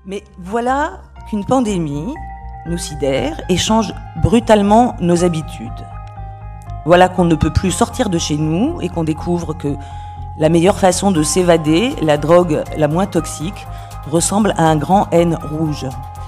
Mais voilà qu'une pandémie nous sidère et change brutalement nos habitudes. Voilà qu'on ne peut plus sortir de chez nous et qu'on découvre que la meilleure façon de s'évader, la drogue la moins toxique, ressemble à un grand N rouge.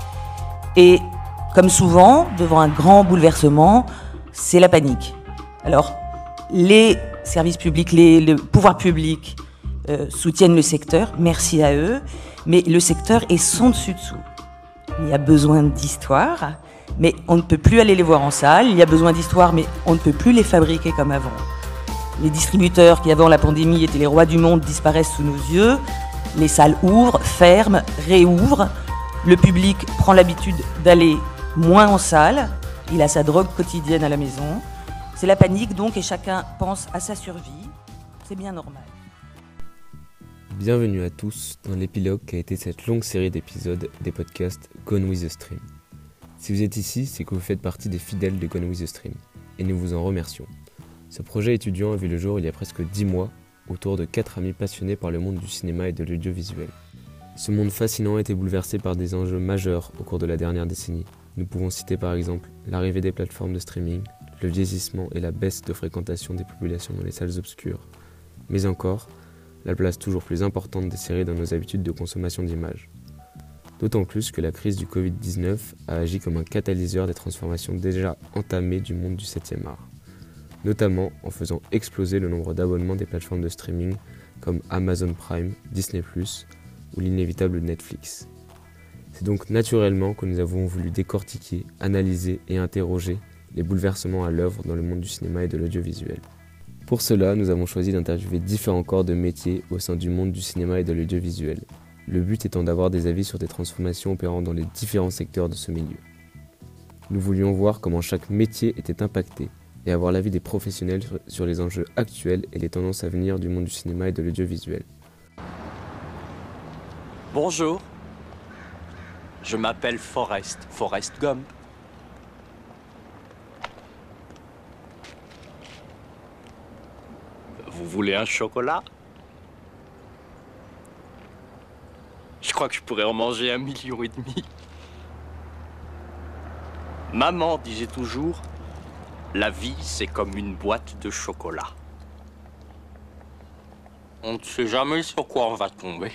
Et comme souvent, devant un grand bouleversement, c'est la panique. Alors, les services publics, le pouvoir public soutiennent le secteur, merci à eux, mais le secteur est son dessus-dessous. Il y a besoin d'histoires, mais on ne peut plus aller les voir en salle. Il y a besoin d'histoires, mais on ne peut plus les fabriquer comme avant. Les distributeurs qui, avant la pandémie, étaient les rois du monde, disparaissent sous nos yeux. Les salles ouvrent, ferment, réouvrent. Le public prend l'habitude d'aller moins en salle. Il a sa drogue quotidienne à la maison. C'est la panique donc et chacun pense à sa survie. C'est bien normal. Bienvenue à tous dans l'épilogue qui a été cette longue série d'épisodes des podcasts Gone with the Stream. Si vous êtes ici, c'est que vous faites partie des fidèles de Gone with the Stream, et nous vous en remercions. Ce projet étudiant a vu le jour il y a presque 10 mois, autour de 4 amis passionnés par le monde du cinéma et de l'audiovisuel. Ce monde fascinant a été bouleversé par des enjeux majeurs au cours de la dernière décennie. Nous pouvons citer par exemple l'arrivée des plateformes de streaming, le vieillissement et la baisse de fréquentation des populations dans les salles obscures, mais encore la place toujours plus importante des séries dans nos habitudes de consommation d'images. D'autant plus que la crise du Covid-19 a agi comme un catalyseur des transformations déjà entamées du monde du 7e art, notamment en faisant exploser le nombre d'abonnements des plateformes de streaming comme Amazon Prime, Disney+, ou l'inévitable Netflix. C'est donc naturellement que nous avons voulu décortiquer, analyser et interroger les bouleversements à l'œuvre dans le monde du cinéma et de l'audiovisuel. Pour cela, nous avons choisi d'interviewer différents corps de métiers au sein du monde du cinéma et de l'audiovisuel, le but étant d'avoir des avis sur des transformations opérant dans les différents secteurs de ce milieu. Nous voulions voir comment chaque métier était impacté et avoir l'avis des professionnels sur les enjeux actuels et les tendances à venir du monde du cinéma et de l'audiovisuel. Bonjour, je m'appelle Forrest Gump. Vous voulez un chocolat? Je crois que je pourrais en manger 1,5 million. Maman disait toujours, la vie c'est comme une boîte de chocolat. On ne sait jamais sur quoi on va tomber.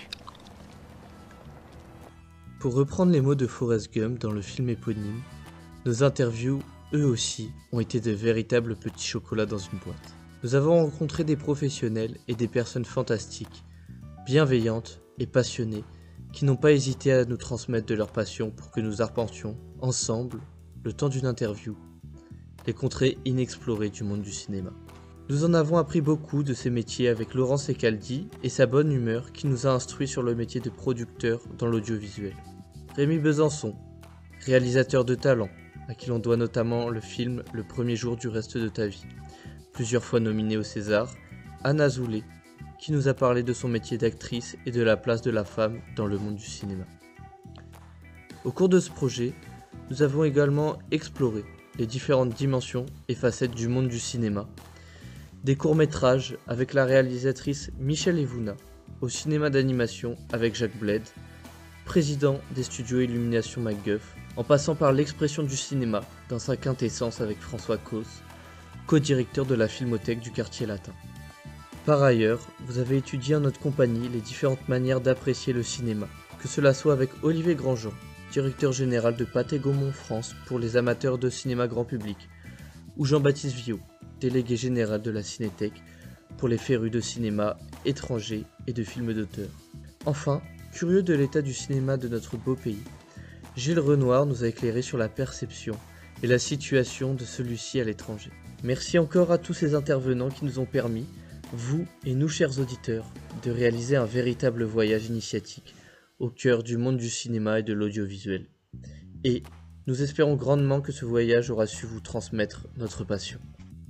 Pour reprendre les mots de Forrest Gump dans le film éponyme, nos interviews, eux aussi, ont été de véritables petits chocolats dans une boîte. Nous avons rencontré des professionnels et des personnes fantastiques, bienveillantes et passionnées, qui n'ont pas hésité à nous transmettre de leur passion pour que nous arpentions, ensemble, le temps d'une interview, les contrées inexplorées du monde du cinéma. Nous en avons appris beaucoup de ces métiers avec Laurence Ecaldi et sa bonne humeur qui nous a instruits sur le métier de producteur dans l'audiovisuel. Rémi Besançon, réalisateur de talent, à qui l'on doit notamment le film Le premier jour du reste de ta vie, plusieurs fois nominé au César, Anna Zoulé, qui nous a parlé de son métier d'actrice et de la place de la femme dans le monde du cinéma. Au cours de ce projet, nous avons également exploré les différentes dimensions et facettes du monde du cinéma, des courts-métrages avec la réalisatrice Michèle Evouna, au cinéma d'animation avec Jacques Bled, président des studios Illumination MacGuff, en passant par l'expression du cinéma dans sa quintessence avec François Causse, co-directeur de la Filmothèque du Quartier Latin. Par ailleurs, vous avez étudié en notre compagnie les différentes manières d'apprécier le cinéma, que cela soit avec Olivier Grandjean, directeur général de Pathé Gaumont France pour les amateurs de cinéma grand public, ou Jean-Baptiste Viaud, délégué général de la Cinétech pour les férus de cinéma étranger et de films d'auteur. Enfin, curieux de l'état du cinéma de notre beau pays, Gilles Renoir nous a éclairé sur la perception et la situation de celui-ci à l'étranger. Merci encore à tous ces intervenants qui nous ont permis, vous et nous chers auditeurs, de réaliser un véritable voyage initiatique au cœur du monde du cinéma et de l'audiovisuel. Et nous espérons grandement que ce voyage aura su vous transmettre notre passion.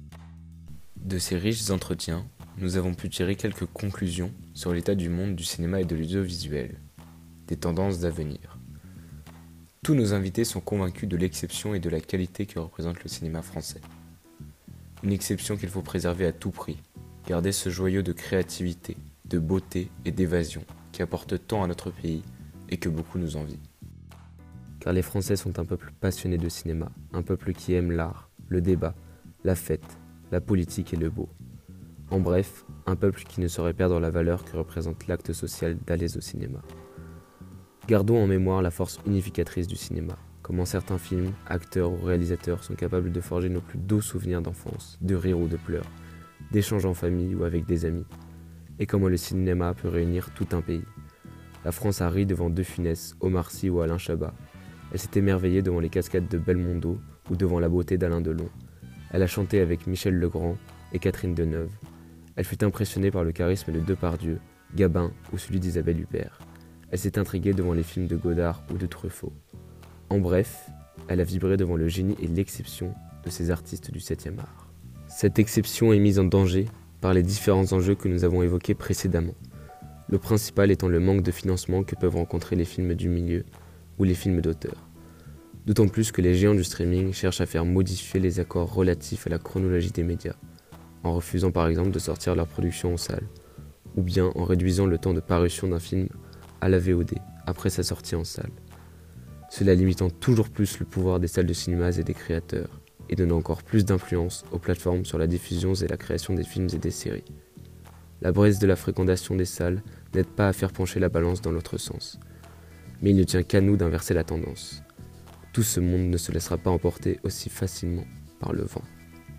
De ces riches entretiens, nous avons pu tirer quelques conclusions sur l'état du monde du cinéma et de l'audiovisuel, des tendances d'avenir. Tous nos invités sont convaincus de l'exception et de la qualité que représente le cinéma français. Une exception qu'il faut préserver à tout prix, garder ce joyau de créativité, de beauté et d'évasion qui apporte tant à notre pays, et que beaucoup nous envient. Car les Français sont un peuple passionné de cinéma, un peuple qui aime l'art, le débat, la fête, la politique et le beau. En bref, un peuple qui ne saurait perdre la valeur que représente l'acte social d'aller au cinéma. Gardons en mémoire la force unificatrice du cinéma, comment certains films, acteurs ou réalisateurs sont capables de forger nos plus doux souvenirs d'enfance, de rire ou de pleurs, d'échanges en famille ou avec des amis, et comment le cinéma peut réunir tout un pays. La France a ri devant De Funès, Omar Sy ou Alain Chabat. Elle s'est émerveillée devant les cascades de Belmondo ou devant la beauté d'Alain Delon. Elle a chanté avec Michel Legrand et Catherine Deneuve. Elle fut impressionnée par le charisme de Depardieu, Gabin ou celui d'Isabelle Huppert. Elle s'est intriguée devant les films de Godard ou de Truffaut. En bref, elle a vibré devant le génie et l'exception de ces artistes du 7e art. Cette exception est mise en danger par les différents enjeux que nous avons évoqués précédemment. Le principal étant le manque de financement que peuvent rencontrer les films du milieu ou les films d'auteur. D'autant plus que les géants du streaming cherchent à faire modifier les accords relatifs à la chronologie des médias, en refusant par exemple de sortir leur production en salle, ou bien en réduisant le temps de parution d'un film à la VOD après sa sortie en salle. Cela limitant toujours plus le pouvoir des salles de cinéma et des créateurs, et donnant encore plus d'influence aux plateformes sur la diffusion et la création des films et des séries. La baisse de la fréquentation des salles n'aide pas à faire pencher la balance dans l'autre sens. Mais il ne tient qu'à nous d'inverser la tendance. Tout ce monde ne se laissera pas emporter aussi facilement par le vent.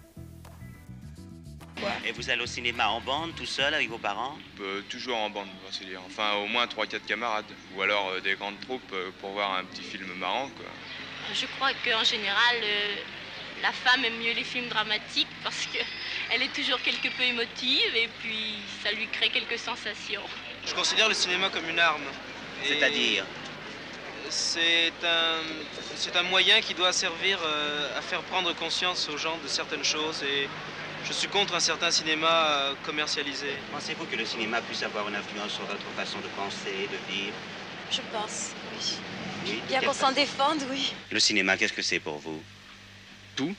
Et vous allez au cinéma en bande, tout seul, avec vos parents? Toujours en bande, on va se dire. Enfin, au moins 3-4 camarades. Ou alors des grandes troupes pour voir un petit film marrant, quoi. Je crois qu'en général, la femme aime mieux les films dramatiques parce qu'elle est toujours quelque peu émotive et puis ça lui crée quelques sensations. Je considère le cinéma comme une arme. C'est-à-dire? C'est un moyen qui doit servir à faire prendre conscience aux gens de certaines choses et je suis contre un certain cinéma commercialisé. Pensez-vous que le cinéma puisse avoir une influence sur votre façon de penser, de vivre? Je pense, oui. Oui. Bien qu'on s'en défende, oui. Le cinéma, qu'est-ce que c'est pour vous? Tout.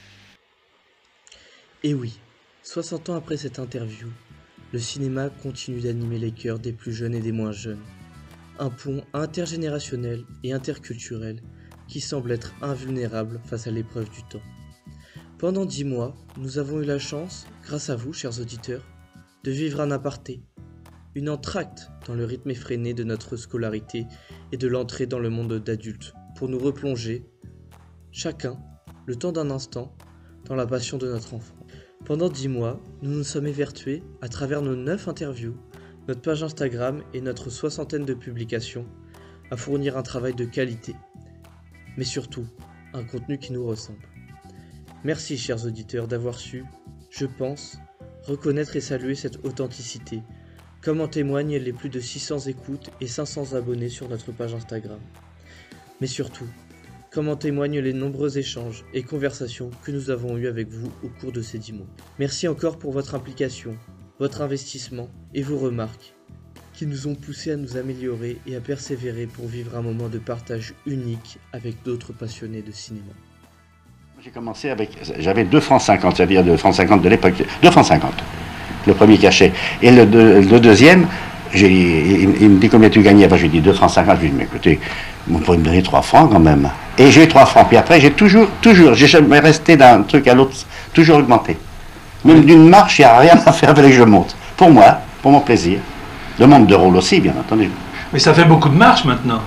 Et oui, 60 ans après cette interview, le cinéma continue d'animer les cœurs des plus jeunes et des moins jeunes. Un pont intergénérationnel et interculturel qui semble être invulnérable face à l'épreuve du temps. Pendant 10 mois, nous avons eu la chance, grâce à vous, chers auditeurs, de vivre un aparté, une entracte dans le rythme effréné de notre scolarité et de l'entrée dans le monde d'adulte, pour nous replonger, chacun, le temps d'un instant, dans la passion de notre enfant. Pendant 10 mois, nous nous sommes évertués, à travers nos 9 interviews, notre page Instagram et notre 60aine de publications, à fournir un travail de qualité, mais surtout, un contenu qui nous ressemble. Merci, chers auditeurs, d'avoir su, je pense, reconnaître et saluer cette authenticité, comme en témoignent les plus de 600 écoutes et 500 abonnés sur notre page Instagram. Mais surtout, comme en témoignent les nombreux échanges et conversations que nous avons eus avec vous au cours de ces 10 mois. Merci encore pour votre implication, votre investissement et vos remarques, qui nous ont poussés à nous améliorer et à persévérer pour vivre un moment de partage unique avec d'autres passionnés de cinéma. J'ai commencé j'avais 2 francs 50, c'est-à-dire 2 francs 50 de l'époque, 2 francs 50, le premier cachet. Et le deuxième, il me dit combien tu gagnais. Enfin, je lui dis 2 francs 50, je lui dis mais écoutez, vous pouvez me donner 3 francs quand même. Et j'ai eu 3 francs, puis après j'ai toujours, j'ai jamais resté d'un truc à l'autre, toujours augmenté. Même d'une marche, il n'y a rien à faire, avec que je monte. Pour moi, pour mon plaisir. Le nombre de rôles aussi, bien entendu. Mais ça fait beaucoup de marches maintenant.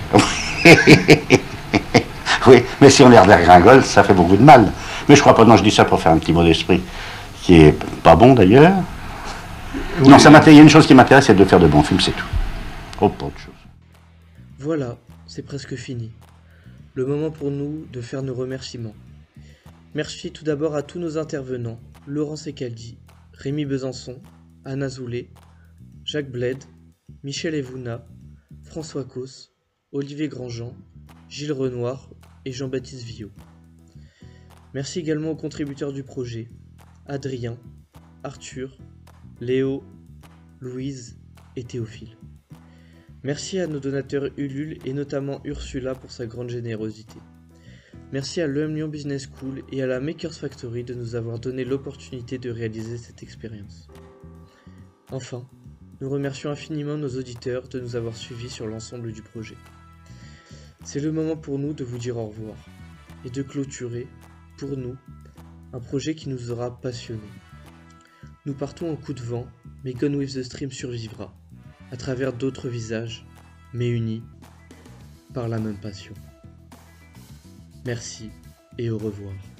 Oui, mais si on les redégringole, ça fait beaucoup de mal. Mais je crois pas, non, je dis ça pour faire un petit mot d'esprit, qui est pas bon d'ailleurs. Oui. Non, il y a une chose qui m'intéresse, c'est de faire de bons films, c'est tout. Pas autre chose. Voilà, c'est presque fini. Le moment pour nous de faire nos remerciements. Merci tout d'abord à tous nos intervenants, Laurent Secaldi, Rémi Besançon, Anna Zoulé, Jacques Bled, Michel Evouna, François Cos, Olivier Grandjean, Gilles Renoir et Jean-Baptiste Villot. Merci également aux contributeurs du projet, Adrien, Arthur, Léo, Louise et Théophile. Merci à nos donateurs Ulule et notamment Ursula pour sa grande générosité. Merci à l'EM Lyon Business School et à la Makers Factory de nous avoir donné l'opportunité de réaliser cette expérience. Enfin, nous remercions infiniment nos auditeurs de nous avoir suivis sur l'ensemble du projet. C'est le moment pour nous de vous dire au revoir et de clôturer, pour nous, un projet qui nous aura passionnés. Nous partons en coup de vent, mais Gone with the Stream survivra, à travers d'autres visages, mais unis par la même passion. Merci et au revoir.